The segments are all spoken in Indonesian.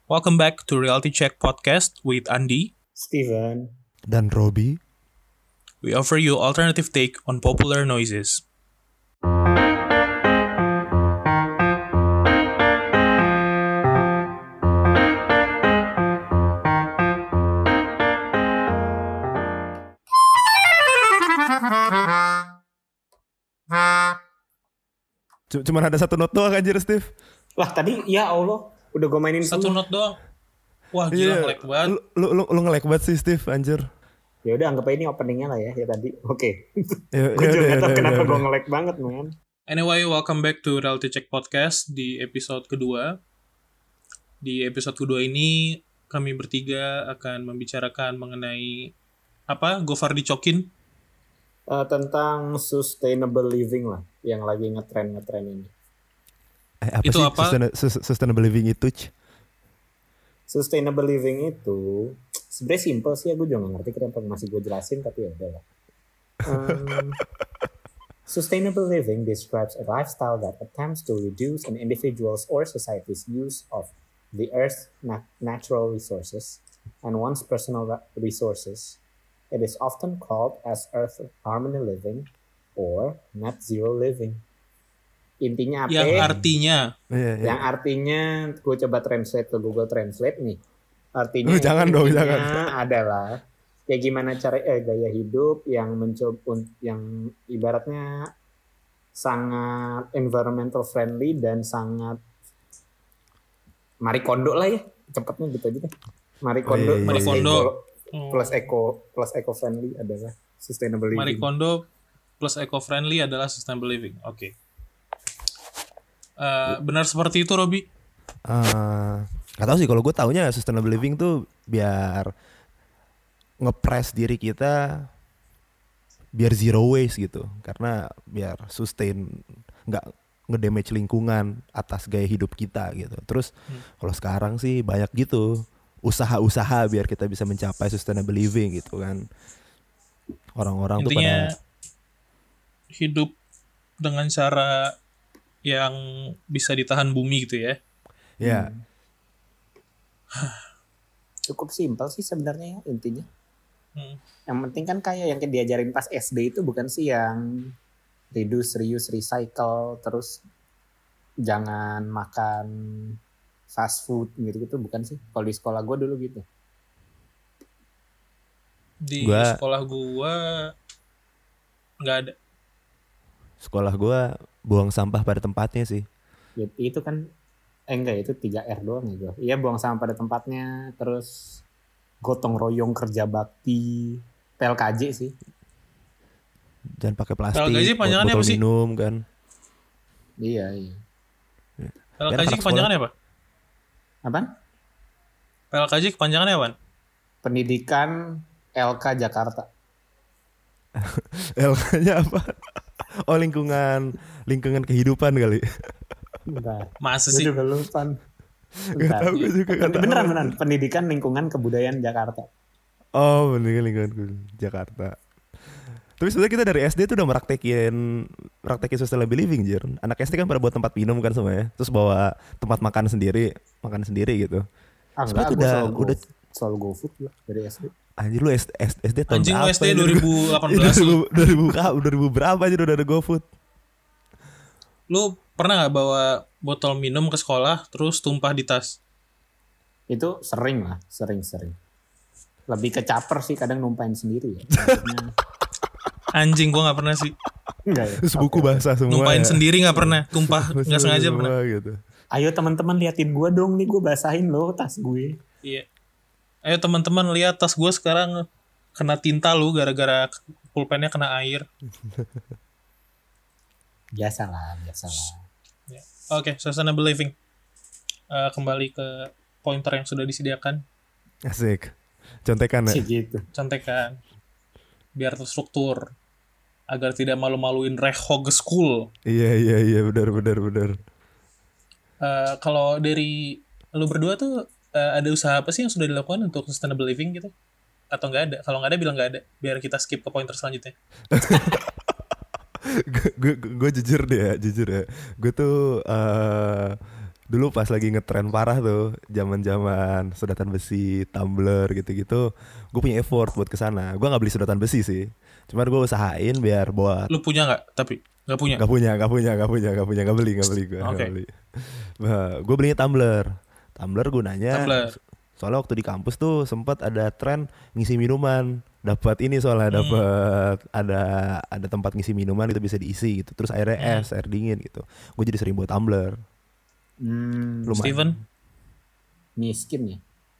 Welcome back to Reality Check Podcast with Andy, Steven, dan Robi. We offer you alternative take on popular noises. Cuman ada satu not doang anjir, Steve. Wah tadi ya Allah udah gue mainin Satu semua. note doang. Wah gila nge-lag banget. Lu nge-lag banget sih, Steve, anjir. Ya udah anggap aja ini openingnya lah ya tadi. Oke. Ya, Gue juga gak tau kenapa gue udah. nge-lag banget man. Anyway, welcome back to Reality Check Podcast di episode kedua. Di episode kedua ini kami bertiga akan membicarakan mengenai apa? Gofar dicokin. Tentang sustainable living lah yang lagi ngetren ini. Apa Itu sih apa? sustainable living itu? Sustainable living itu sebenarnya simple sih ya, gue juga gak ngerti kenapa masih gue jelasin tapi ya udah lah. Sustainable living describes a lifestyle that attempts to reduce an individual's or society's use of the earth's natural resources and one's personal resources. It is often called as earth harmony living or net zero living. Intinya apa? Yang artinya Yang artinya gue coba translate ke Google Translate nih. Artinya Jangan dong, intinya jangan. adalah ya gimana cara gaya hidup yang mencoba yang ibaratnya sangat environmental friendly dan sangat Marie Kondo lah ya. Cepatnya gitu aja deh. Marie Kondo, iya, iya, Marie Kondo. plus eco friendly adalah sustainable living. Marie Kondo plus eco-friendly adalah sustainable living. Oke. Benar seperti itu, Robi? Gak tau sih, kalau gue taunya sustainable living tuh biar nge-press diri kita biar zero waste gitu, karena biar sustain, nggak nge-damage lingkungan atas gaya hidup kita gitu. Terus kalau sekarang sih banyak gitu usaha-usaha biar kita bisa mencapai sustainable living gitu kan. Orang-orang tuh Intinya pada hidup dengan cara yang bisa ditahan bumi gitu ya. ya Cukup simpel sih sebenarnya ya, intinya. Hmm. Yang penting kan kayak yang diajarin pas SD itu bukan sih yang reduce, reuse, recycle, terus jangan makan fast food gitu-gitu bukan sih? Kalau di sekolah gue dulu gitu. Di Gua- sekolah gua nggak ada. sekolah gue buang sampah pada tempatnya sih. Ya, itu kan enggak itu 3R doang ya gue. Iya buang sampah pada tempatnya, terus gotong royong kerja bakti, PLKJ sih. Jangan pakai plastik, PLKJ panjangannya botol apa sih? minum kan. Iya. PLKJ anak kepanjangannya apa? Apaan? PLKJ kepanjangannya apa? Pendidikan LK Jakarta. LK-nya apa? Oh, lingkungan kehidupan kali. Bentar. Masa Gue sih? juga lupa. Gak tau, gue juga gak tau. Beneran. Pendidikan Lingkungan Kebudayaan Jakarta. Oh, bener lingkungan Jakarta. Tapi sebenarnya kita dari SD tuh udah praktekin sustainable living, Jir. Anak SD kan pada buat tempat minum kan semuanya. Terus bawa tempat makan sendiri gitu. Enggak, Sebenarnya gue udah selalu GoFood lah dari SD. anjir lu SD tahun Anjing lu berapa? SD anjir? 2018 lu. 2000 berapa aja udah ada GoFood? Lu pernah nggak bawa botol minum ke sekolah terus tumpah di tas? Itu sering. Lebih ke caper sih, kadang numpain sendiri ya. Maksudnya, Anjing, gua nggak pernah sih. enggak ya. Terus buku bahasa semua. Numpain ya. sendiri nggak pernah, tumpah nggak sengaja Semua pernah. gitu. Ayo teman-teman liatin gue dong nih, gue basahin loh tas gue. Iya. Ayo teman-teman lihat tas gue sekarang kena tinta lu gara-gara pulpennya kena air. Biasalah. Ya. Oke, sustainable living. Kembali ke pointer yang sudah disediakan. Asik. Contekan ya. Sih gitu. Contekan. Biar terstruktur. Agar tidak malu-maluin rehog school. Iya benar. Kalau dari lu berdua tuh ada usaha apa sih yang sudah dilakukan untuk sustainable living gitu? Atau nggak ada? Kalau nggak ada bilang nggak ada. Biar kita skip ke pointer selanjutnya. Gue jujur ya. Gue tuh Dulu pas lagi ngetren parah tuh, zaman-zaman sedotan besi, tumbler gitu-gitu, gue punya effort buat kesana. Gue nggak beli sedotan besi sih, cuman gue usahain biar buat. Lu punya nggak? Tapi nggak punya. Gak punya, gak beli gue. Oke. Gue belinya tumbler gunanya. Tumbler. Soalnya waktu di kampus tuh sempat ada tren ngisi minuman, dapat ini soalnya dapat ada tempat ngisi minuman itu bisa diisi gitu, terus airnya es, air dingin gitu. Gue jadi sering buat tumbler. Lumayan. Steven? Miskin ya?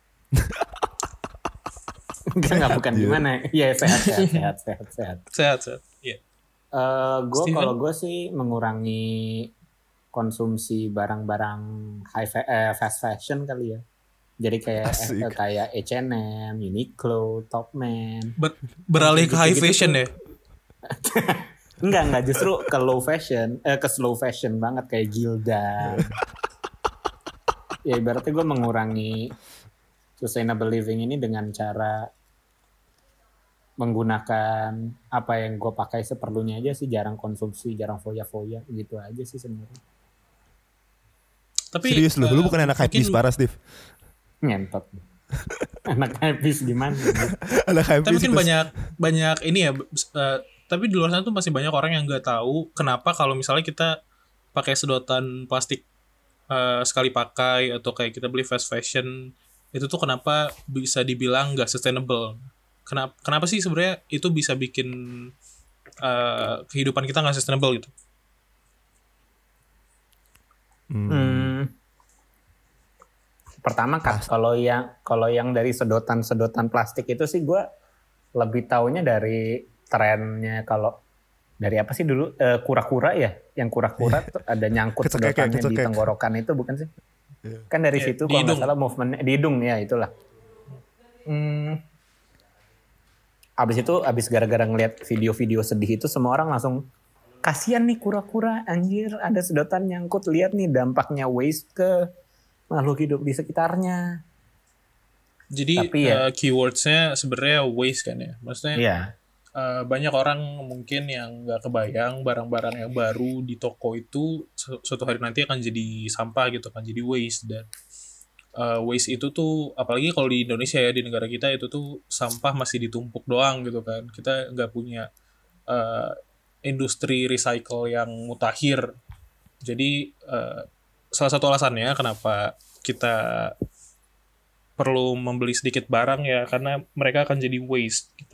Enggak, bukan gimana. Iya, sehat. Sehat. Iya. Kalau gue sih mengurangi konsumsi barang-barang fast fashion kali ya. Jadi kayak H&M, Uniqlo, Topman. Beralih ke high fashion ya? Enggak, justru ke low fashion, ke slow fashion banget kayak Gildan. Ya ibaratnya gue mengurangi sustainable living ini dengan cara menggunakan apa yang gue pakai seperlunya aja sih, jarang konsumsi, jarang foya-foya gitu aja sih sebenarnya. Tapi serius lu bukan anak hypebeast parah, Steve. Ngentot. Anak hypebeast gimana? Anak hypebeast. Tapi mungkin banyak ini ya. Tapi di luar sana tuh masih banyak orang yang nggak tahu kenapa kalau misalnya kita pakai sedotan plastik sekali pakai atau kayak kita beli fast fashion itu tuh kenapa bisa dibilang nggak sustainable. Kenapa sih sebenarnya itu bisa bikin kehidupan kita nggak sustainable gitu? Pertama kalau yang dari sedotan plastik itu sih gue lebih taunya dari trennya, kalau dari apa sih dulu kura-kura ya, yang kura-kura tuh ada nyangkut sedotannya di tenggorokan itu bukan sih? Kan dari situ kalau nggak salah movementnya di hidung ya itulah. Abis gara-gara ngeliat video-video sedih itu semua orang langsung kasian nih kura-kura, anjir ada sedotan nyangkut, lihat nih dampaknya waste ke makhluk hidup di sekitarnya. Jadi keywordsnya sebenarnya waste kan ya, maksudnya banyak orang mungkin yang nggak kebayang barang-barang yang baru di toko itu suatu hari nanti akan jadi sampah gitu, akan jadi waste. Dan waste itu tuh apalagi kalau di Indonesia ya, di negara kita itu tuh sampah masih ditumpuk doang gitu kan, kita nggak punya industri recycle yang mutakhir. Jadi salah satu alasannya kenapa kita perlu membeli sedikit barang ya karena mereka akan jadi waste gitu.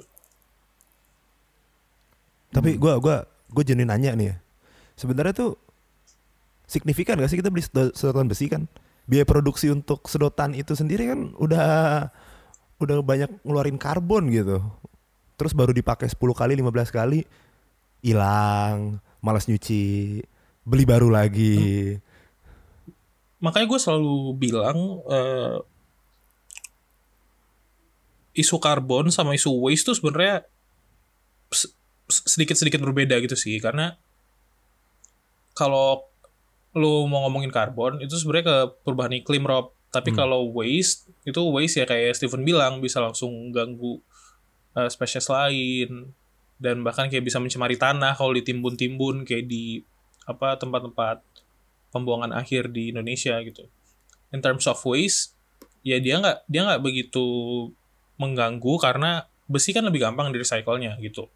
Tapi gue jadi nanya nih ya, sebenarnya tuh signifikan gak sih kita beli sedotan besi kan? Biaya produksi untuk sedotan itu sendiri kan udah banyak ngeluarin karbon gitu. Terus baru dipakai 10 kali, 15 kali, hilang, malas nyuci, beli baru lagi. Makanya gue selalu bilang isu karbon sama isu waste tuh sebenarnya sedikit-sedikit berbeda gitu sih, karena kalau lu mau ngomongin karbon itu sebenarnya ke perubahan iklim, Rob. Tapi kalau waste ya kayak Steven bilang bisa langsung ganggu spesies lain dan bahkan kayak bisa mencemari tanah kalau ditimbun-timbun kayak di tempat-tempat pembuangan akhir di Indonesia gitu. In terms of waste ya dia nggak begitu mengganggu karena besi kan lebih gampang di recycle-nya gitu.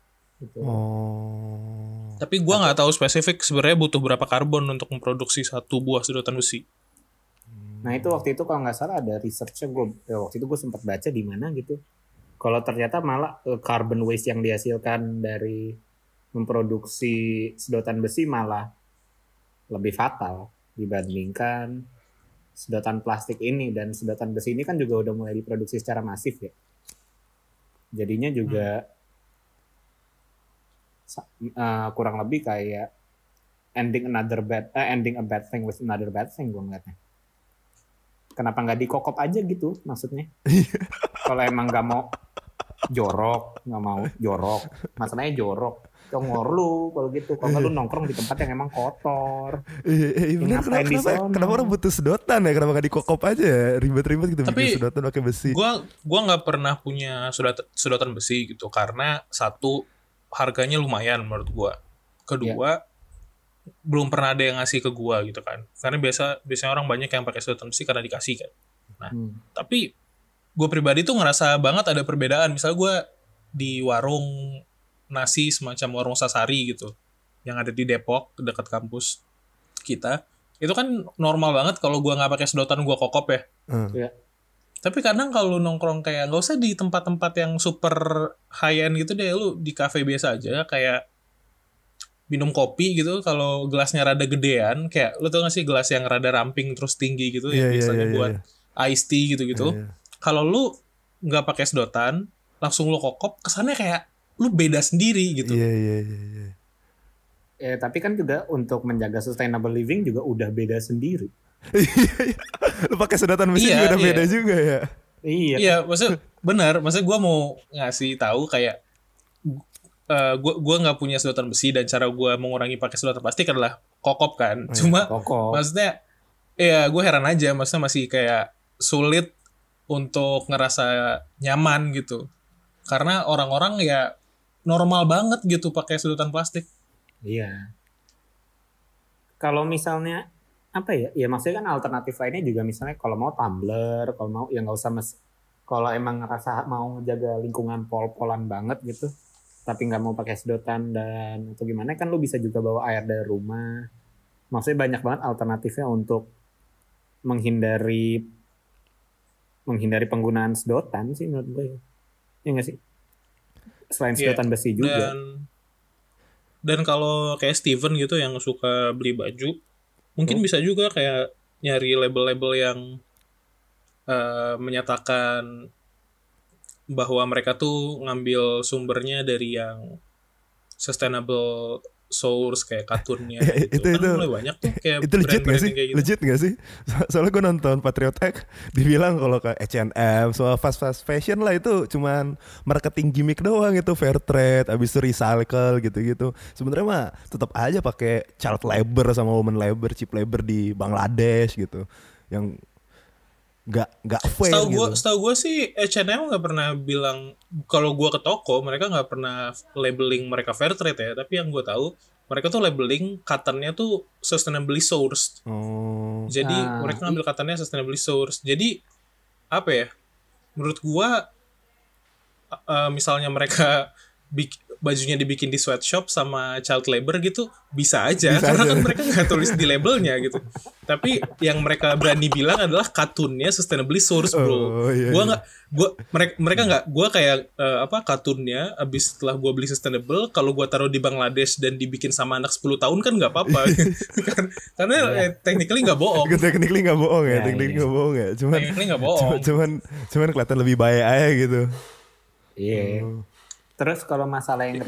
Tapi gue nggak tahu spesifik sebenarnya butuh berapa karbon untuk memproduksi satu buah sedotan besi. Nah itu waktu itu kalau nggak salah ada research-nya, waktu itu gue sempat baca di mana gitu. Kalau ternyata malah carbon waste yang dihasilkan dari memproduksi sedotan besi malah lebih fatal dibandingkan sedotan plastik ini. Dan sedotan besi ini kan juga udah mulai diproduksi secara masif ya. Jadinya juga kurang lebih kayak ending a bad thing with another bad thing gue ngeliatnya. Kenapa nggak dikokop aja gitu maksudnya? Kalau emang nggak mau jorok, masalahnya jorok. Congor lu kalau gitu, kalau nggak lu nongkrong di tempat yang emang kotor. Bener, kenapa orang butuh sedotan ya? Kenapa nggak dikokop aja ya? Ribet-ribet gitu bikin sedotan pakai besi. Gua nggak pernah punya sedotan besi gitu karena satu harganya lumayan menurut gua. Kedua belum pernah ada yang ngasih ke gua gitu kan. Karena biasanya orang banyak yang pakai sedotan besi karena dikasih kan. Nah, tapi gua pribadi tuh ngerasa banget ada perbedaan. Misalnya gua di warung nasi semacam warung Sasari gitu yang ada di Depok dekat kampus kita. Itu kan normal banget kalau gua nggak pakai sedotan gua kokop ya. Ya. Tapi kadang kalau nongkrong kayak nggak usah di tempat-tempat yang super high end gitu deh, lu di kafe biasa aja kayak minum kopi gitu, kalau gelasnya rada gedean, kayak lu tau gak sih gelas yang rada ramping terus tinggi gitu yang biasanya buat iced tea gitu-gitu. Kalau lu nggak pakai sedotan, langsung lu kokop, kesannya kayak lu beda sendiri gitu. Iya. Tapi kan juga untuk menjaga sustainable living juga udah beda sendiri. Lu pakai sedotan besi juga udah beda juga ya. Iya, maksudnya benar. Maksudnya gue mau ngasih tahu kayak gue nggak punya sedotan besi dan cara gue mengurangi pakai sedotan plastik adalah kokop kan. Cuma maksudnya, ya gue heran aja. Maksudnya masih kayak sulit untuk ngerasa nyaman gitu. Karena orang-orang ya normal banget gitu pakai sedotan plastik. Iya. Kalau misalnya apa ya? Ya maksudnya kan alternatif lainnya juga misalnya kalau mau tumbler, kalau mau ya nggak usah kalau emang ngerasa mau ngejaga lingkungan pol-polan banget gitu, tapi nggak mau pakai sedotan dan atau gimana kan lu bisa juga bawa air dari rumah. Maksudnya banyak banget alternatifnya untuk menghindari penggunaan sedotan sih menurut gue. Ya nggak sih? Selain sedotan besi juga. Dan kalau kayak Steven gitu yang suka beli baju, mungkin bisa juga kayak nyari label-label yang menyatakan bahwa mereka tuh ngambil sumbernya dari yang sustainable source kayak kartunnya gitu. Kan mulai banyak tuh kayak itu legit gak sih? Gitu. Legit gak sih? Soalnya gue nonton Patriot Act dibilang kalau ke H&M soal fast fashion lah itu cuman marketing gimmick doang, itu fair trade, abis itu recycle gitu-gitu. Sebenarnya mah tetap aja pakai child labor sama woman labor, cheap labor di Bangladesh gitu. Yang nggak fair gitu. Setahu gue sih H&M nggak pernah bilang, kalau gue ke toko mereka nggak pernah labeling mereka fair trade ya, tapi yang gue tahu mereka tuh labeling cottonnya tuh sustainably sourced. Jadi mereka ngambil cottonnya sustainably sourced. Jadi apa ya? Menurut gue misalnya mereka bajunya dibikin di sweatshop sama child labor gitu bisa aja karena kan mereka nggak tulis di labelnya gitu. Tapi yang mereka berani bilang adalah kartunnya sustainably sourced, bro. Mereka nggak, gue kayak kartunnya abis setelah gue beli sustainable, kalau gue taruh di Bangladesh dan dibikin sama anak 10 tahun kan nggak apa-apa. Karena technically nggak bohong. Technically nggak bohong ya. Cuman kelihatan lebih bahaya aja gitu. Iya. Terus kalau masalah yang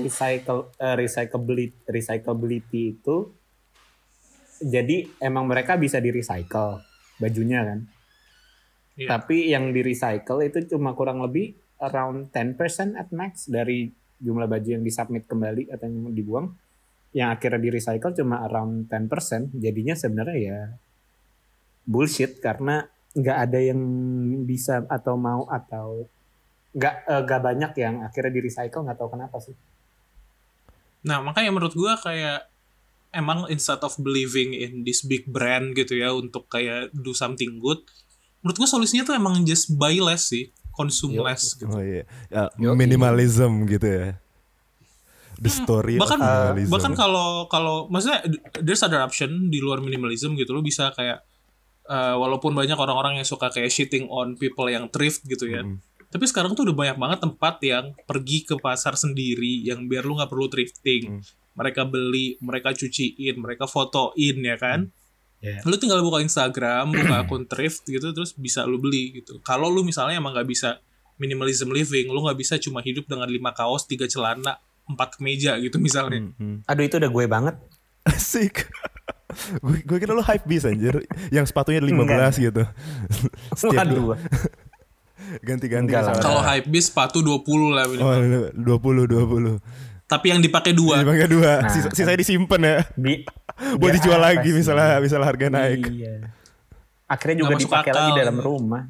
recyclability itu, jadi emang mereka bisa di-recycle bajunya kan. Yeah. Tapi yang di-recycle itu cuma kurang lebih around 10% at max dari jumlah baju yang disubmit kembali atau yang dibuang. Yang akhirnya di-recycle cuma around 10%. Jadinya sebenarnya ya bullshit karena nggak ada yang bisa atau mau atau nggak banyak yang akhirnya di-recycle, nggak tahu kenapa sih. Nah makanya menurut gue kayak emang instead of believing in this big brand gitu ya untuk kayak do something good, menurut gue solusinya tuh emang just buy less sih, consume less gitu. Minimalism gitu ya. The story bahkan kalau maksudnya there's other option di luar minimalism gitu. Lo bisa kayak walaupun banyak orang-orang yang suka kayak shitting on people yang thrift gitu ya. Tapi sekarang tuh udah banyak banget tempat yang pergi ke pasar sendiri yang biar lu nggak perlu thrifting. Mereka beli, mereka cuciin, mereka fotoin ya kan. Lu tinggal buka Instagram, buka akun thrift gitu, terus bisa lu beli gitu. Kalau lu misalnya emang nggak bisa minimalism living, lu nggak bisa cuma hidup dengan 5 kaos, 3 celana, 4 kemeja gitu misalnya. Aduh itu udah gue banget. Asik. Gue kira lu hype beast anjir, yang sepatunya 15 gitu. Waduh. Ganti-ganti. Kalau hype beast sepatu 20 lah minimal. 20. Tapi yang dipakai 2. Nah, sisanya disimpan ya. Buat dijual lagi misalnya harga naik. Iya. Akhirnya juga dipakai lagi dalam rumah.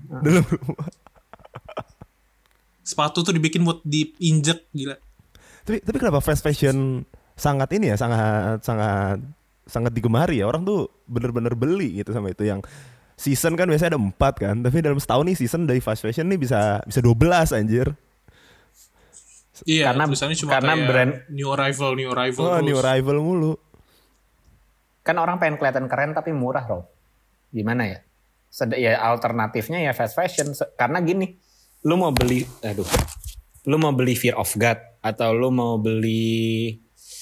Sepatu tuh dibikin buat diinjek, gila. Tapi kenapa fast fashion sangat sangat digemari ya. Orang tuh bener-bener beli gitu sama itu. Yang season kan biasanya ada 4 kan, tapi dalam setahun nih season dari fast fashion nih bisa 12 anjir. Iya, tulisannya cuma karena kayak brand new arrival Oh, terus. new arrival mulu. kan orang pengen kelihatan keren tapi murah, Rob. Gimana ya? Ya alternatifnya ya fast fashion. Karena gini, lu mau beli Fear of God atau lu mau beli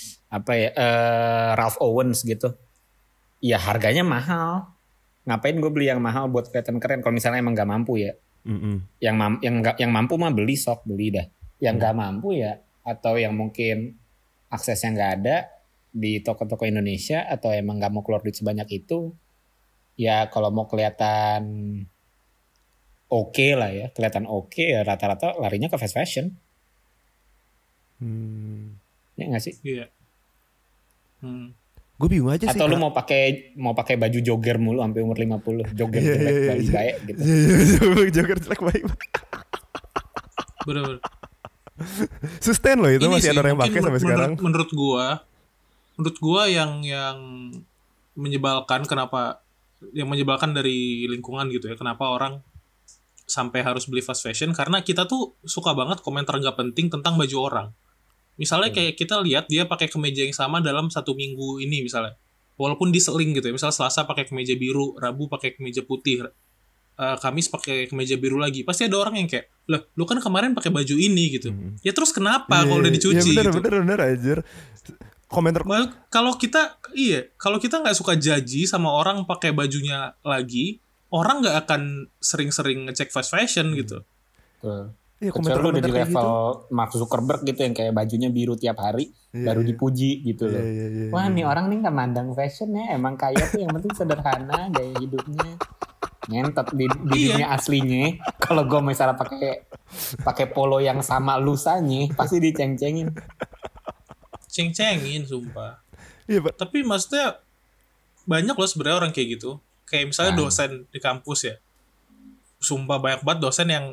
Ralph Owens gitu, ya harganya mahal. Ngapain gue beli yang mahal buat kelihatan keren kalau misalnya emang gak mampu ya. Yang mampu mah beli dah. Yang gak mampu ya, atau yang mungkin aksesnya gak ada di toko-toko Indonesia, atau emang gak mau keluar duit sebanyak itu, ya kalau mau kelihatan oke lah ya, ya rata-rata larinya ke fast fashion. Ya gak sih? Iya. Gue bingung aja sih. Atau lu mau pakai baju jogger mulu sampai umur 50, jogger jelek baik gitu. Iya, jogger jelek baik. Bener-bener. Sustain loh itu, Ini masih sih, ada orang yang pakai sampai sekarang. Menurut gua yang menyebalkan, dari lingkungan gitu ya, kenapa orang sampai harus beli fast fashion, karena kita tuh suka banget komentar gak penting tentang baju orang. Misalnya kayak kita lihat dia pakai kemeja yang sama dalam 1 minggu ini misalnya, walaupun diseling gitu ya, misalnya Selasa pakai kemeja biru, Rabu pakai kemeja putih, Kamis pakai kemeja biru lagi, pasti ada orang yang kayak, lah lu kan kemarin pakai baju ini gitu. Ya terus kenapa kalau udah dicuci? Iya bener anjir. Komentar kalau kita nggak suka jaji sama orang pakai bajunya lagi, orang nggak akan sering-sering ngecek fast fashion gitu. Iya, Kecuali lu udah di level Mark Zuckerberg gitu yang kayak bajunya biru tiap hari, baru dipuji gitu loh. Wah, nih orang nih nggak mandang fashion ya, emang kaya tuh yang penting sederhana gaya hidupnya. Ngentot di dunia aslinya. Kalau gue misalnya pakai polo yang sama lusanya, pasti diceng-cengin. Ceng-cengin sumpah. Iya, Pak. Tapi maksudnya banyak loh sebenarnya orang kayak gitu. Kayak misalnya dosen di kampus ya. Sumpah banyak banget dosen yang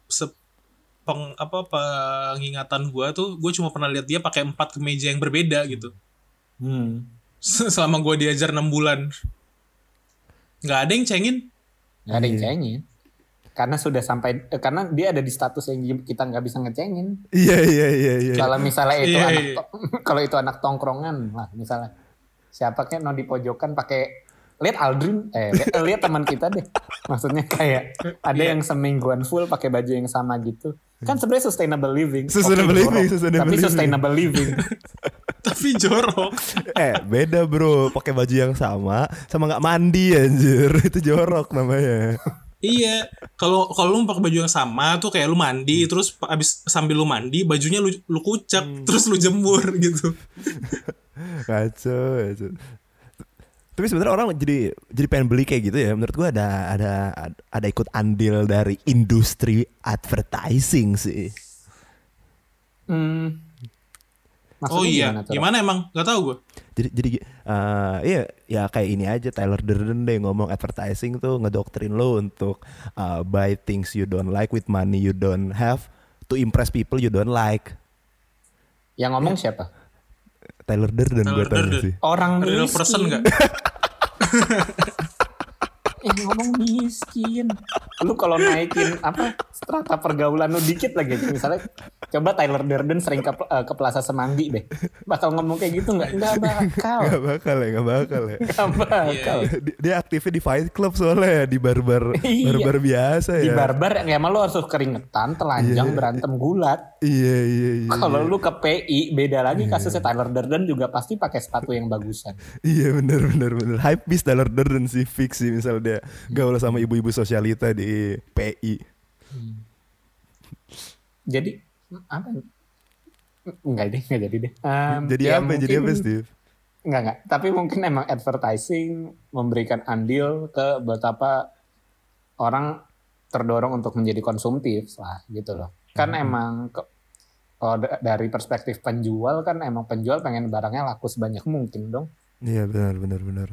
pengingatan gue tuh, gue cuma pernah lihat dia pakai 4 kemeja yang berbeda gitu. Selama gue diajar 6 bulan. Nggak ada yang cengin. Nggak ada yang cengin. Karena sudah sampai, karena dia ada di status yang kita nggak bisa ngecengin. Iya. Kalau misalnya itu kalau itu anak tongkrongan lah, misalnya siapa kayak di pojokan pakai, lihat Aldrin, lihat teman kita deh. Maksudnya kayak ada yang semingguan full pakai baju yang sama gitu. Kan sebenarnya sustainable living. Tapi sustainable living. Tapi jorok. Beda bro, pakai baju yang sama nggak mandi anjir. Itu jorok namanya. Iya, kalau lu pakai baju yang sama tuh kayak lu mandi, terus sambil lu mandi bajunya lu kucek, terus lu jemur gitu. Kacau. Tapi sebenarnya orang jadi pengen beli kayak gitu ya. Menurut gua ada ikut andil dari industri advertising sih. Maksudnya gimana emang? Gak tahu gue. Jadi ya kayak ini aja, Tyler Durden deh ngomong advertising tuh ngedoktrin lo untuk buy things you don't like with money you don't have to impress people you don't like. Yang ngomong siapa? Tyler Durden gue tanya sih. Orang real person nggak? Yang ngomong miskin. Lu kalau naikin strata pergaulan lu dikit lagi, misalnya coba Tyler Durden sering ke Plaza Semanggi deh, bakal ngomong kayak gitu nggak? Nggak bakal ya. Nggak bakal. Dia aktifnya di Fight Club soalnya ya, di barbar biasa ya. Di barbar ya, malu harus keringetan, telanjang, berantem gulat. Iya. Kalau lu ke PI beda lagi kasusnya. Tyler Durden juga pasti pakai sepatu yang bagusan. Iya benar. Hype beast Tyler Durden sih, fix sih misalnya dia gaul sama ibu-ibu sosialita di PI. Jadi apa? Enggak jadi deh. Jadi apa Steve? Enggak. Tapi mungkin emang advertising memberikan andil ke betapa orang terdorong untuk menjadi konsumtif lah gitu loh. Kan emang kalau dari perspektif penjual kan emang penjual pengen barangnya laku sebanyak mungkin dong. Iya benar.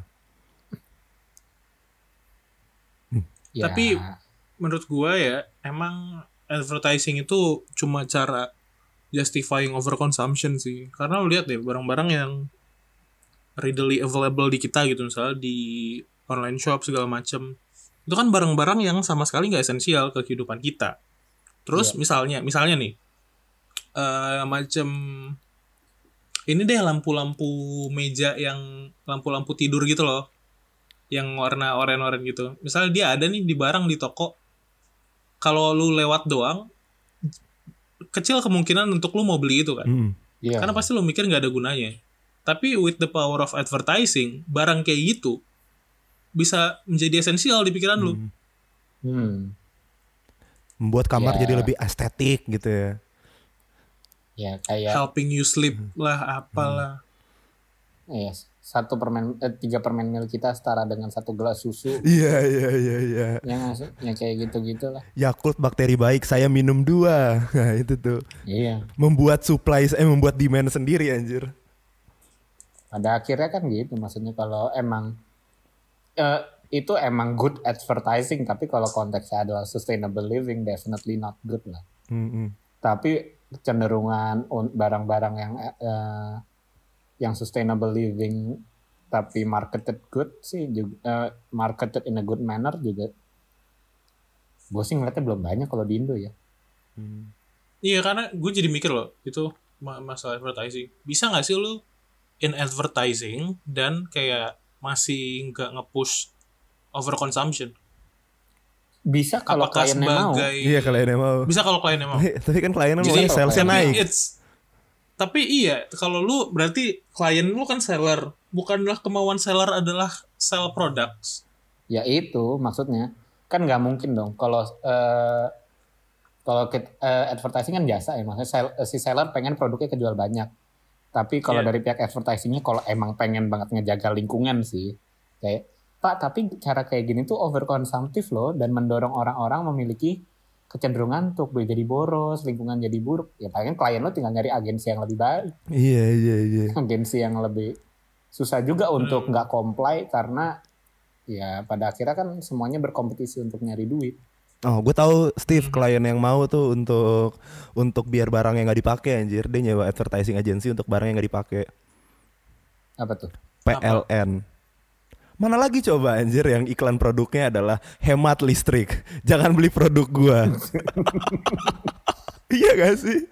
Ya. Tapi menurut gua ya emang advertising itu cuma cara justifying overconsumption sih. Karena lu lihat deh barang-barang yang readily available di kita gitu, misalnya di online shop segala macem. Itu kan barang-barang yang sama sekali nggak esensial ke kehidupan kita. Terus misalnya nih, macam ini deh lampu-lampu meja yang lampu-lampu tidur gitu loh, yang warna oranye-oranye gitu. Misalnya dia ada nih di barang di toko, kalau lu lewat doang, kecil kemungkinan untuk lu mau beli itu kan. Karena pasti lu mikir nggak ada gunanya. Tapi with the power of advertising, barang kayak gitu bisa menjadi esensial di pikiran lu. Membuat kamar jadi lebih estetik gitu ya. Ya kayak helping you sleep lah, apalah. Yes. 3 permen mil kita setara dengan 1 gelas susu. Iya. Yang kayak gitu-gitu lah. Yakult bakteri baik, saya minum 2. Nah itu tuh. Iya. Membuat membuat demand sendiri anjir. Pada akhirnya kan gitu, maksudnya kalau emang itu emang good advertising, tapi kalau konteksnya adalah sustainable living, definitely not good lah. Tapi kecenderungan barang-barang yang sustainable living tapi marketed good sih juga, marketed in a good manner juga, gue sih ngeliatnya belum banyak kalau di Indo ya. Iya, karena gue jadi mikir loh, itu masalah advertising, bisa nggak sih lu in advertising dan kayak masih nggak nge-push overconsumption? Bisa kalau kliennya mau. Iya, kliennya mau. Bisa kalau kliennya mau. Tapi kan kliennya mau salesnya naik. Tapi iya, kalau lu berarti klien lu kan seller, bukanlah kemauan seller adalah sell products. Ya itu maksudnya, kan nggak mungkin dong kalau advertising kan jasa ya, maksudnya si seller pengen produknya kejual banyak. Tapi kalau dari pihak advertisingnya, kalau emang pengen banget ngejaga lingkungan sih, kayak Pak, tapi cara kayak gini tuh overkonsumtif loh dan mendorong orang-orang memiliki kecenderungan untuk jadi boros, lingkungan jadi buruk. Ya paling klien lo tinggal nyari agensi yang lebih baik. Iya. Agensi yang lebih susah juga untuk nggak comply, karena ya pada akhirnya kan semuanya berkompetisi untuk nyari duit. Oh, gue tahu Steve, klien yang mau tuh untuk biar barang yang nggak dipakai anjir, dia nyewa advertising agency untuk barang yang nggak dipakai. Apa tuh? PLN. Mana lagi coba anjir yang iklan produknya adalah hemat listrik, jangan beli produk gua. Iya gak sih?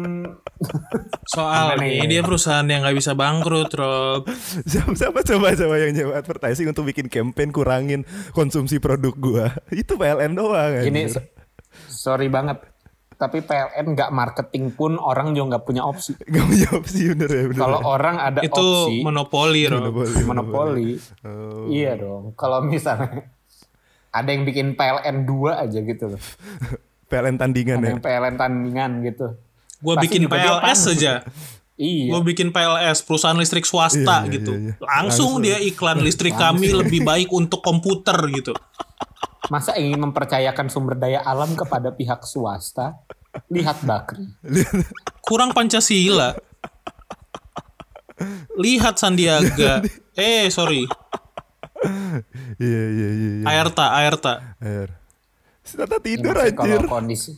Soalnya dia perusahaan yang gak bisa bangkrut, Rob. Siapa coba yang nyewa advertising untuk bikin campaign kurangin konsumsi produk gua? Itu PLN doang. Ini sorry banget, tapi PLN nggak marketing pun orang juga nggak punya opsi. Nggak punya opsi, bener ya. Kalau orang ada itu opsi, monopoli, monopoli. Oh. Iya dong. Kalau misalnya ada yang bikin PLN 2 aja gitu loh. PLN tandingan ada yang PLN tandingan gitu. Gue bikin PLS aja. Iya. Gue bikin PLS, perusahaan listrik swasta gitu. Iya. Langsung dia iklan listrik kami lebih baik untuk komputer gitu. Masa ingin mempercayakan sumber daya alam kepada pihak swasta? Lihat Bakri. Kurang Pancasila. Lihat Sandiaga. Sorry. Iya. Aerta. Tata tidur anjir. Kalau kondisi.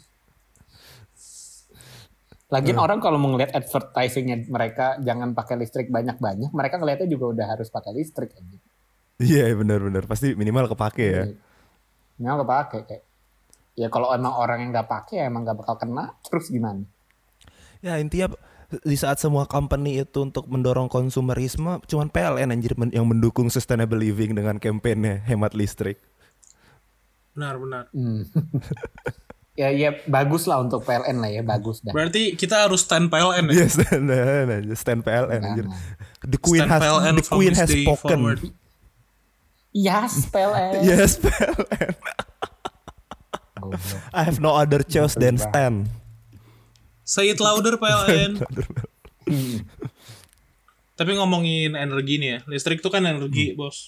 Lagian orang kalau mau ngeliat advertisingnya mereka jangan pakai listrik banyak-banyak, mereka ngeliatnya juga udah harus pakai listrik aja. Iya benar. Pasti minimal kepake ya. Minimal kepake kayak. Ya kalau emang orang yang nggak pakai ya emang nggak bakal kena, terus gimana? Ya intinya di saat semua company itu untuk mendorong konsumerisme, cuman PLN anjir yang mendukung sustainable living dengan kampanye hemat listrik. Benar. Ya bagus lah untuk PLN lah ya, bagus dah. Berarti kita harus stand PLN ya? Yes, stand PLN anjir. The Queen has spoken. Yes, PLN. Yes, PLN. I have no other choice than stand. Say it louder PLN. Tapi ngomongin energi nih ya, listrik itu kan energi bos.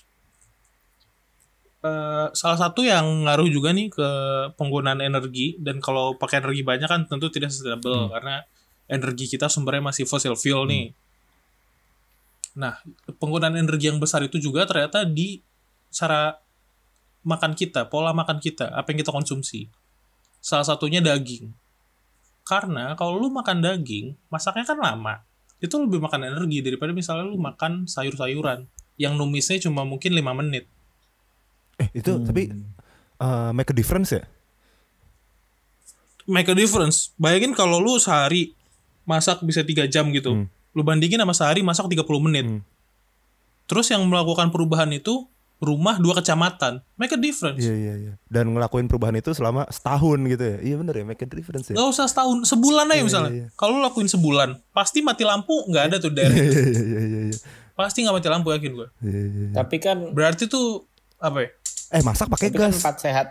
Salah satu yang ngaruh juga nih ke penggunaan energi, dan kalau pakai energi banyak kan tentu tidak sustainable karena energi kita sumbernya masih fossil fuel nih. Nah, penggunaan energi yang besar itu juga ternyata di cara makan kita, pola makan kita, apa yang kita konsumsi. Salah satunya daging. Karena kalau lu makan daging, masaknya kan lama. itu lebih makan energi daripada misalnya lu makan sayur-sayuran yang numisnya cuma mungkin 5 menit. Itu tapi make a difference ya? Make a difference. Bayangin kalau lu sehari masak bisa 3 jam gitu. Lu bandingin sama sehari masak 30 menit. Terus yang melakukan perubahan itu rumah 2 kecamatan. Make a difference. Iya. Dan ngelakuin perubahan itu selama setahun gitu ya. Iya bener ya, make a difference ya. Gak usah setahun, sebulan aja misalnya. Iya. Kalau lu lakuin sebulan, pasti mati lampu nggak ada tuh daerah. Iya. Pasti nggak mati lampu, yakin gue. Iya. Tapi kan Berarti tuh apa ya? Masak pakai tapi kan gas. 4 sehat.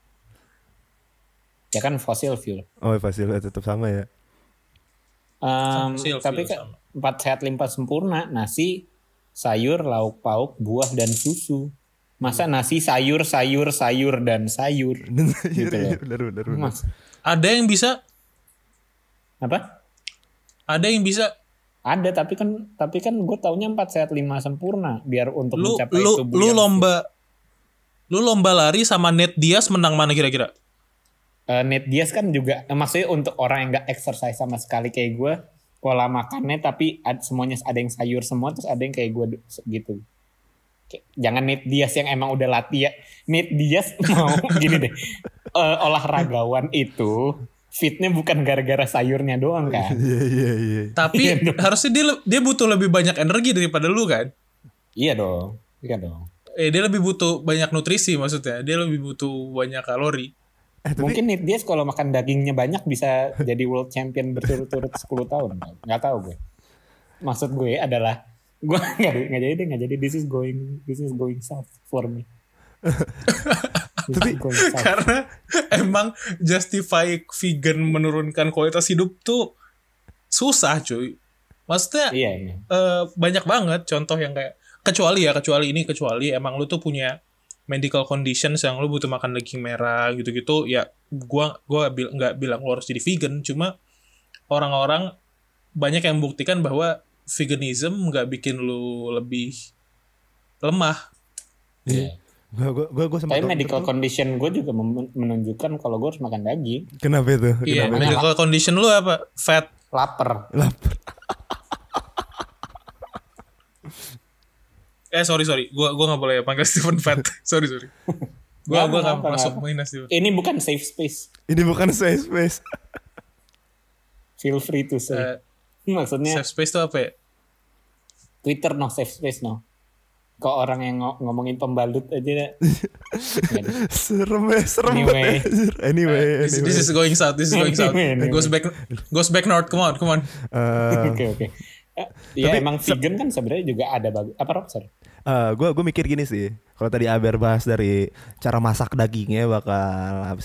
Ya kan fossil fuel. Oh, fasilnya tetap sama ya. Fossil Tapi fuel kan 4 sehat 5 sempurna. Nasi, sayur, lauk pauk, buah dan susu. Masa nasi sayur dan sayur. Gitu loh. Bener. Mas, Ada yang bisa, apa? ada yang bisa. Ada tapi kan gue taunya 4 sehat 5 sempurna biar untuk Lu mencapai lu tubuh lu yang lomba lari sama Nate Diaz menang mana kira-kira? Nate Diaz kan juga maksudnya untuk orang yang nggak exercise sama sekali kayak gue, pola makannya tapi semuanya ada yang sayur semua, terus ada yang kayak gue gitu. Jangan Nate Diaz yang emang udah latihan. Nate Diaz mau gini deh, olahragawan itu fitnya bukan gara-gara sayurnya doang kan. Iya. Tapi harusnya dia butuh lebih banyak energi daripada lu kan? Iya dong. Dia lebih butuh banyak nutrisi maksudnya. Dia lebih butuh banyak kalori. Tapi Mungkin Nate Diaz kalau makan dagingnya banyak bisa jadi world champion berturut-turut 10 tahun. Nggak tahu gue. Maksud gue adalah gue nggak jadi this is going south for me. Tapi Karena emang justify vegan menurunkan kualitas hidup tuh susah cuy. Maksudnya Iya. banyak banget contoh yang kayak kecuali emang lu tuh punya medical conditions yang lu butuh makan daging merah gitu-gitu ya gua nggak bilang lu harus jadi vegan, cuma orang-orang banyak yang membuktikan bahwa veganism nggak bikin lu lebih lemah. Iya. gue sempat Tapi medical condition gue juga menunjukkan kalau gue harus makan daging. Kenapa itu? Iya, medical condition lu apa? Fat. Lapar. Sorry. Gua nggak boleh panggil Stephen Fat. sorry. Gua nggak masuk main Stephen. Ini bukan safe space. Feel free to say. Maksudnya Safe space itu apa ya? Twitter no safe space no. Kok orang yang ngomongin pembalut aja. serem. Anyway. This is going south. Anyway. Goes back north. Come on. Oke. Ya emang vegan kan sebenarnya juga ada apa Rob? Sorry. Gue mikir gini sih. Kalau tadi Aber bahas dari cara masak dagingnya bakal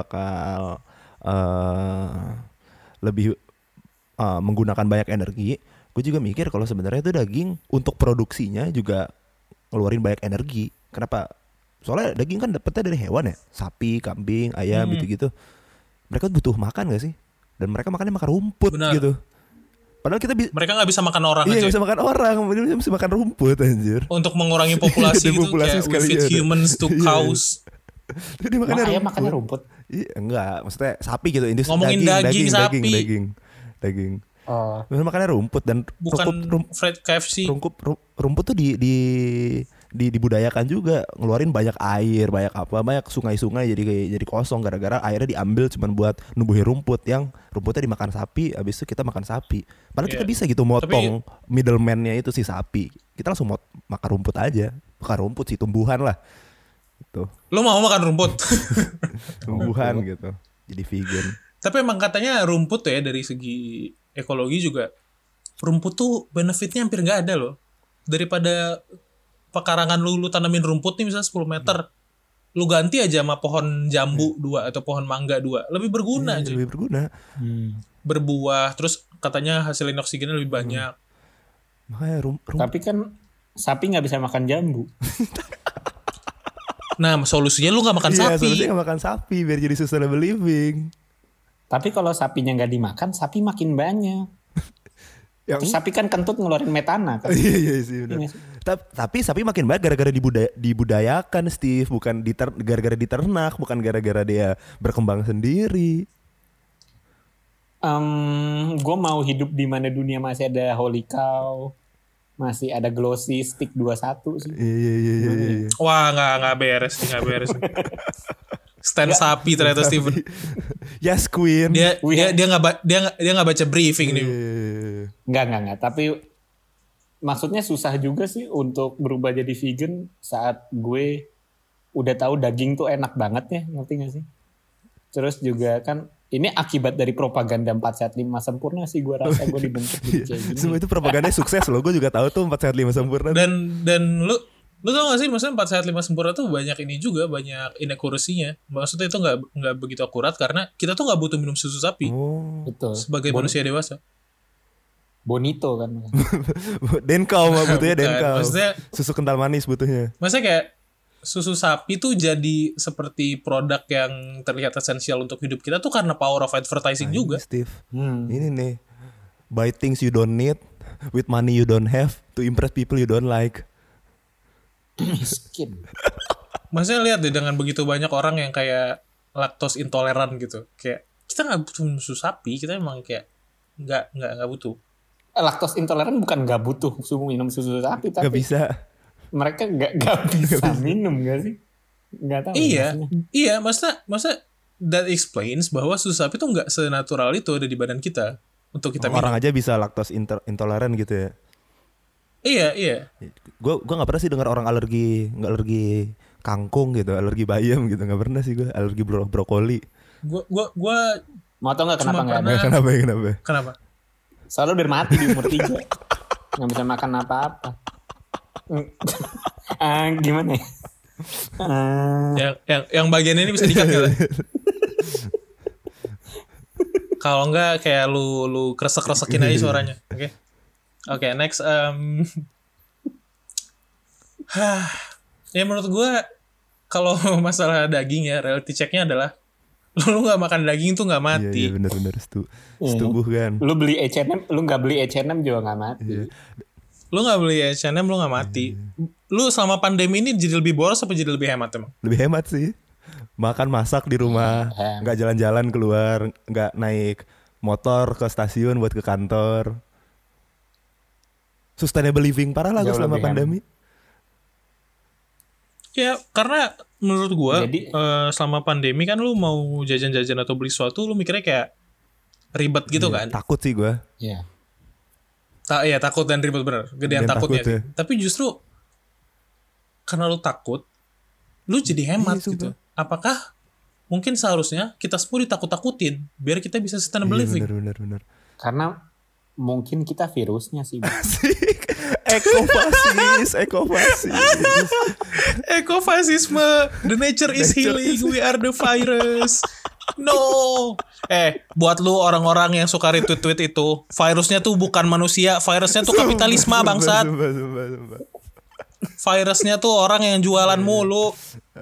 lebih menggunakan banyak energi. Gue juga mikir kalau sebenarnya itu daging untuk produksinya juga ngeluarin banyak energi. Kenapa? Soalnya daging kan dapetnya dari hewan ya, sapi, kambing, ayam gitu-gitu. Mereka butuh makan gak sih? Dan mereka makan rumput. Benar. Gitu. Padahal mereka nggak bisa makan orang. Iya, nggak bisa makan orang, mereka bisa makan rumput anjir. Untuk mengurangi populasi gitu, kayak we feed humans to cows. Jadi ayam makannya rumput. Iya, enggak, maksudnya sapi gitu. Ngomongin daging sapi. Daging. Oh. Mereka makannya rumput dan bukan Fred KFC. Rumput tuh dibudayakan juga, ngeluarin banyak air, banyak sungai-sungai jadi kosong gara-gara airnya diambil cuman buat numbuhin rumput yang rumputnya dimakan sapi, habis itu kita makan sapi. Padahal kita bisa gitu motong middleman-nya itu si sapi. Kita langsung makan rumput aja. Makan rumput sih, tumbuhan lah. Gitu. Lo mau makan rumput? Tumbuhan gitu. Jadi vegan. Tapi emang katanya rumput ya dari segi ekologi juga rumput tuh benefitnya hampir nggak ada loh. Daripada pekarangan lu tanamin rumput nih misalnya 10 meter, lu ganti aja sama pohon jambu 2 atau pohon mangga 2, lebih berguna. Lebih berguna. Berbuah, terus katanya hasilin oksigennya lebih banyak. Makanya Tapi kan sapi nggak bisa makan jambu. Nah, solusinya lu nggak makan sapi. Iya, solusinya nggak makan sapi biar jadi sustainable living. Tapi kalau sapinya nggak dimakan, sapi makin banyak. Terus sapi kan kentut ngeluarin metana kan. Iya sih benar. Tapi sapi makin banyak gara-gara dibudayakan, Steve, bukan gara-gara diternak, bukan gara-gara dia berkembang sendiri. Gue mau hidup di mana dunia masih ada holy cow, masih ada glossy stick 21 sih. Iya. Wah, nggak beres. Stand sapi ternyata Steven. Yes Queen. Dia nggak baca briefing nih. Enggak. Tapi maksudnya susah juga sih untuk berubah jadi vegan saat gue udah tahu daging tuh enak banget ya, ngerti gak sih? Terus juga kan ini akibat dari propaganda 4 sehat 5 sempurna sih gue rasa gue dibentuk jadi kayak gini. Semua itu propagandanya sukses loh. Gue juga tahu tuh 4 sehat 5 sempurna. Dan lu tau gak sih maksudnya 4 sehat 5 sempurna tuh banyak ini juga, banyak inakurasinya. Maksudnya itu nggak begitu akurat karena kita tuh nggak butuh minum susu sapi. Betul. Sebagai manusia dewasa. Bonito kan. Denkau mah butuhnya denkau. Maksudnya susu kental manis butuhnya. Maksudnya kayak susu sapi tuh jadi seperti produk yang terlihat esensial untuk hidup kita tuh karena power of advertising juga. Steve. Ini nih. Buy things you don't need with money you don't have to impress people you don't like. Miskin. Maksudnya lihat deh dengan begitu banyak orang yang kayak laktos intoleran gitu. Kayak kita nggak butuh susu sapi, kita emang kayak nggak butuh. Laktos intoleran bukan nggak butuh minum susu sapi, tapi Gak bisa. mereka nggak bisa minum gak sih? Nggak tahu. Iya, masa that explains bahwa susu sapi tuh nggak senatural itu ada di badan kita untuk kita minum. Orang aja bisa laktos intoleran gitu ya. Iya. Gue nggak pernah sih dengar orang nggak alergi kangkung gitu, alergi bayam gitu, nggak pernah sih gue, alergi brokoli. Gue mau tau nggak kenapa nggak ada? Kenapa? Soalnya udah mati di umur 3. Nggak bisa makan apa-apa. Gimana ya? Yang bagian ini bisa dikat nggak? Kalau enggak kayak lu kresek-kresekin aja suaranya. Oke, next. Ya menurut gue kalau masalah daging ya, reality checknya adalah lu nggak makan daging tuh nggak mati. Iya benar setubuh kan. Lu beli H&M, lu nggak beli H&M juga nggak mati. Iya. Lu nggak beli H&M lu nggak mati. Lu selama pandemi ini jadi lebih boros apa jadi lebih hemat emang? Lebih hemat sih. Makan masak di rumah, nggak jalan-jalan keluar, nggak naik motor ke stasiun buat ke kantor. Sustainable living parah lah gue selama pandemi. Ya karena menurut gue selama pandemi kan lu mau jajan-jajan atau beli sesuatu lu mikirnya kayak ribet gitu kan. Takut sih gue. Iya. Iya takut dan ribet bener. Gedean takutnya sih. Ya. Tapi justru karena lu takut, lu jadi hemat gitu. Apakah mungkin seharusnya kita semua ditakut-takutin biar kita bisa sustainable living? Bener. Karena mungkin kita virusnya sih. Ekofasisme. The nature is healing. We are the virus. No. Buat lu orang-orang yang suka retweet itu, virusnya tuh bukan manusia, virusnya tuh kapitalisme bangsat. Virusnya tuh orang yang jualan mulu.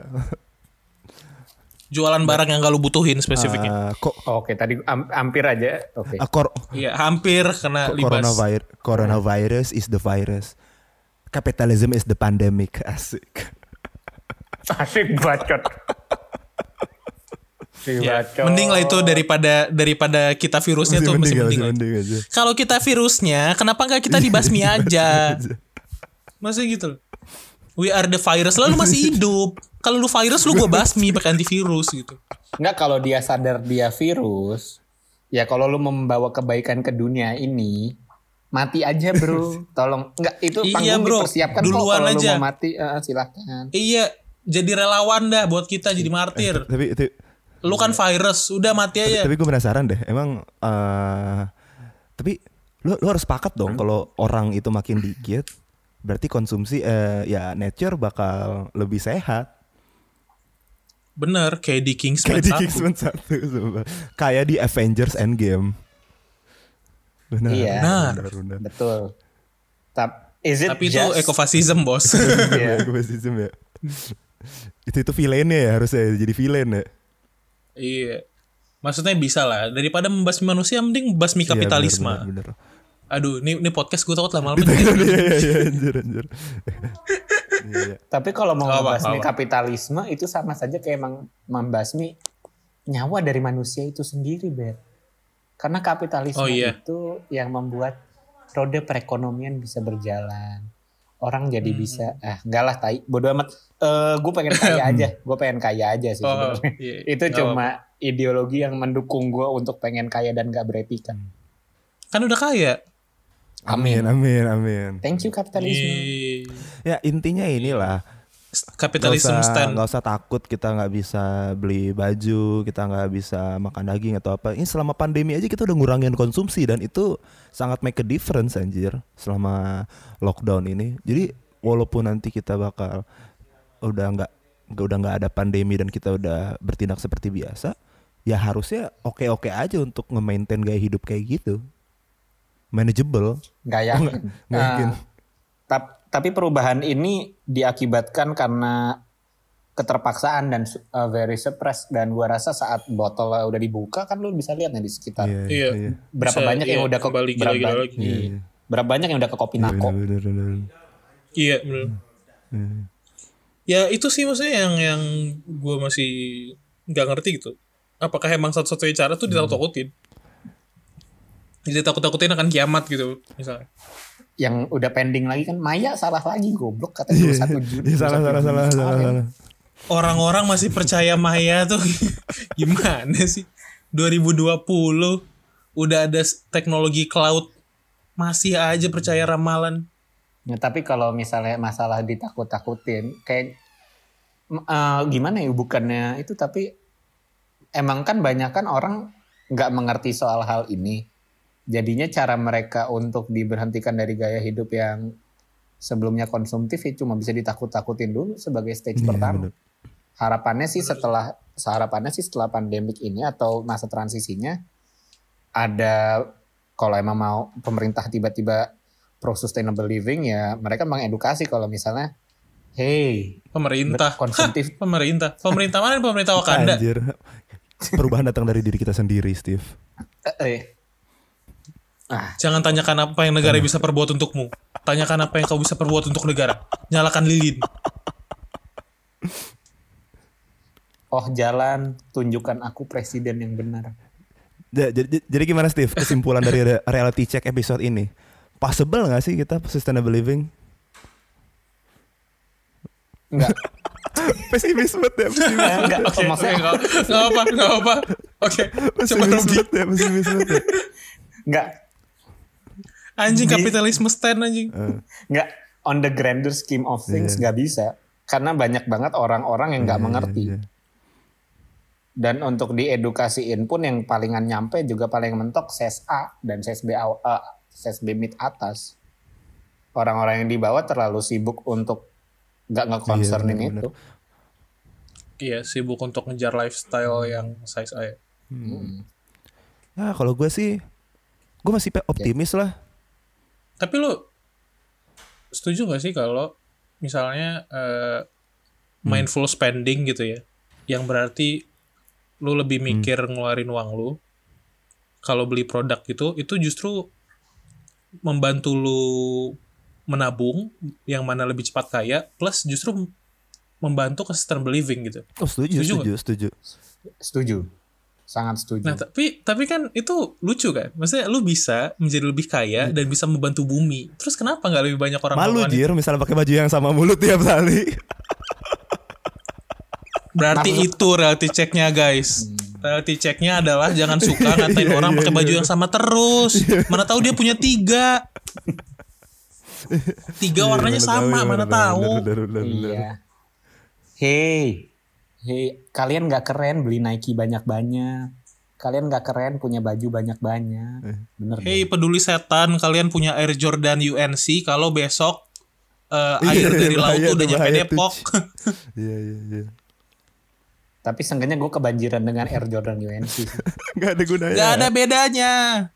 Jualan barang yang gak lu butuhin spesifiknya. Oke, tadi hampir aja. Oke. Iya, hampir kena libas. Coronavirus is the virus. Capitalism is the pandemic. Asik bacot. Ya, mending lah itu daripada kita virusnya tuh masih mending aja. Kalau kita virusnya, kenapa nggak kita dibasmi aja? Masih gitu loh. We are the virus, lalu masih hidup. Kalau lu virus, lu gue basmi pakai antivirus gitu. Enggak, kalau dia sadar dia virus, ya kalau lu membawa kebaikan ke dunia ini, mati aja bro. Tolong, enggak itu panggung bro, dipersiapkan duluan kok. Kalau lu mau mati, silahkan. Iya, jadi relawan dah buat kita jadi martir. Tapi lu kan virus, udah mati aja. Tapi gue penasaran deh, emang tapi lu harus sepakat dong kalau orang itu makin dikit, berarti konsumsi ya nature bakal lebih sehat. Bener, kayak di Kingsman 1. Kayak di Avengers Endgame. Benar. Iya, benar. Betul. Tapi itu ekofasism, bos. Ekofasism ya. Itu villainnya ya, harusnya jadi villain ya. Iya. Maksudnya bisa lah. Daripada membasmi manusia, mending basmi kapitalisme. Iya, bener. Aduh, ini podcast gue takut lama-lama. Iya, anjir. Tapi kalau mau membasmi kapitalisme itu sama saja kayak membasmi nyawa dari manusia itu sendiri, Ber. Karena kapitalisme Oh, iya. itu yang membuat roda perekonomian bisa berjalan. Orang jadi bisa, enggak lah, tai, bodo amat. Gue pengen kaya aja, sih Oh, sebenarnya. iya. Itu Nggak cuma ideologi yang mendukung gue untuk pengen kaya dan gak beretika. Kan udah kaya. Amin. Thank you kapitalisme. Ya intinya inilah. Kapitalisme stand. Nggak usah takut kita nggak bisa beli baju, kita nggak bisa makan daging atau apa. Ini selama pandemi aja kita udah ngurangin konsumsi dan itu sangat make a difference anjir selama lockdown ini. Jadi walaupun nanti kita bakal udah nggak ada pandemi dan kita udah bertindak seperti biasa, ya harusnya oke aja untuk nge-maintain gaya hidup kayak gitu, manageable. Nggak yakin. Nggak yakin. Tapi perubahan ini diakibatkan karena keterpaksaan dan very suppressed, dan gua rasa saat botol udah dibuka kan lu bisa lihat nih di sekitar Iya. berapa Bisa, banyak yang udah ke kembali gila-gila lagi. berapa banyak yang udah ke kopi nako. Bener. Iya, bener. Ya itu sih maksudnya yang gue masih nggak ngerti gitu. Apakah emang satu-satunya cara tuh ditakut-takutin? Jadi takut-takutin akan kiamat gitu misalnya. Yang udah pending lagi kan Maya salah lagi, goblok, katanya 21 Juni. Salah. Orang-orang masih percaya Maya tuh gimana sih? 2020 udah ada teknologi cloud, masih aja percaya ramalan. Ya, tapi kalau misalnya masalah ditakut-takutin kayak gimana ya, bukannya itu, tapi emang kan banyak kan orang nggak mengerti soal hal ini. Jadinya cara mereka untuk diberhentikan dari gaya hidup yang sebelumnya konsumtif itu cuma bisa ditakut-takutin dulu sebagai stage pertama. Harapannya sih setelah pandemik ini atau masa transisinya ada, kalau emang mau pemerintah tiba-tiba pro sustainable living, ya mereka mengedukasi kalau misalnya Pemerintah konsumtif. Pemerintah mana? Pemerintah Wakanda. Anjir. Perubahan datang dari diri kita sendiri, Steve. Jangan tanyakan apa yang negara bisa perbuat untukmu. Tanyakan apa yang kau bisa perbuat untuk negara. Nyalakan lilin. Oh jalan, tunjukkan aku presiden yang benar. Jadi gimana, Steve, kesimpulan dari reality check episode ini? Possible gak sih kita sustainable living? Enggak. Pesimis banget ya. Enggak. Oke, Maksudnya nggak apa. Oke, coba rugi. Pesimis banget ya. enggak. Anjing, kapitalisme stand anjing. Nggak, on the grander scheme of things nggak bisa, karena banyak banget orang-orang yang nggak mengerti. Dan untuk diedukasiin pun yang palingan nyampe juga paling mentok ses A dan ses B mid atas. Orang-orang yang di bawah terlalu sibuk untuk nggak nge-concernin itu. Iya, sibuk untuk ngejar lifestyle yang size A. Nah kalau gue sih, gue masih optimis lah. Tapi lu setuju gak sih kalau misalnya mindful spending gitu ya, yang berarti lu lebih mikir ngeluarin uang lu kalau beli produk gitu, itu justru membantu lu menabung yang mana lebih cepat kaya, plus justru membantu ke sustainable living gitu. Oh setuju. Sangat setuju. Nah tapi kan itu lucu kan, maksudnya lu bisa menjadi lebih kaya dan bisa membantu bumi, terus kenapa nggak lebih banyak orang malu melakukan itu? Misalnya pakai baju yang sama mulut tiap kali. Berarti itu reality checknya guys. Reality checknya adalah jangan suka ngatain orang pakai baju yang sama terus. Mana tahu dia punya 3 warnanya sama, mana tahu. Iya. Hey, kalian nggak keren beli Nike banyak-banyak. Kalian nggak keren punya baju banyak-banyak. Bener. Hey peduli setan, kalian punya Air Jordan UNC, kalau besok air dari laut tuh udah nyampe Depok. Iya. Tapi seenggaknya gue kebanjiran dengan Air Jordan UNC. Gak ada gunanya. Gak ada bedanya.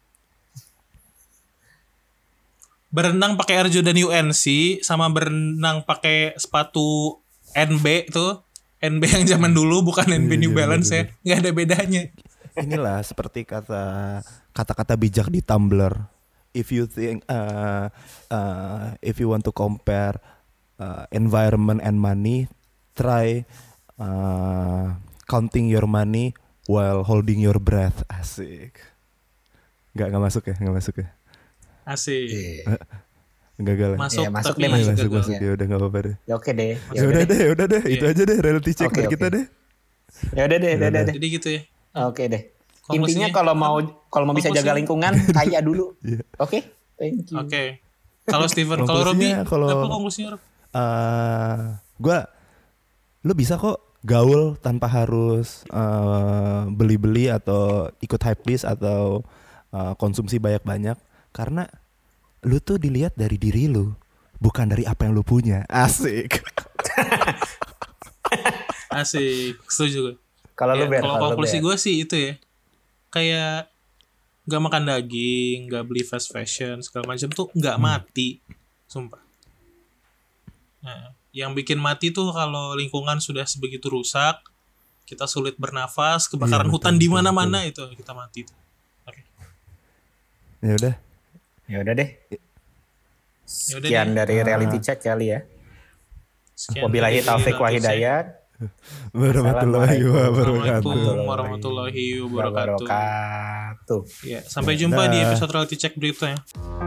Berenang pakai Air Jordan UNC sama berenang pakai sepatu NB tuh. NB yang zaman dulu, bukan NB New Balance ya. Gak ada bedanya. Inilah seperti kata-kata bijak di Tumblr. If you think if you want to compare environment and money, try counting your money while holding your breath. Asik. Nggak masuk ya, nggak masuk ya. Asik. Gagal. Masuk, Iya, masuk tapi deh, masuk. gagal. Ya udah nggak apa-apa deh. Ya oke deh. Ya udah deh, itu Iya. aja deh reality check Oke, dari oke. kita deh. Ya udah deh. Jadi gitu ya. Oke deh. Konklusinya Intinya kalau mau bisa jaga konklusinya- lingkungan, kaya dulu. Iya. Oke, thank you. Oke. Kalau Steven, kalau Robi, Konklusinya, kalau- apa konklusinya Rob? Lu bisa kok gaul tanpa harus beli-beli atau ikut hype beast atau konsumsi banyak-banyak, karena lu tuh dilihat dari diri lu, bukan dari apa yang lu punya. Asik. Asik, setuju gue. Kalau lu Ya, Ber, kalau kalau lu, konklusi Ber. gue sih itu ya, kayak nggak makan daging, nggak beli fast fashion segala macam tuh nggak mati, sumpah. Nah, yang bikin mati tuh kalau lingkungan sudah sebegitu rusak, kita sulit bernafas, kebakaran Iya, hutan betul, di betul, mana-mana itu kita mati tuh. Oke. Ya udah. Ya udah deh. Ya udah Sekian deh. dari reality check kali ya. Sekian Wabillahi dari taufik wa Reality Check. hidayat. Warahmatullahi wabarakatuh. Assalamualaikum warahmatullahi wabarakatuh. Wabarakatuh. Ya, sampai jumpa di episode Reality Check berikutnya.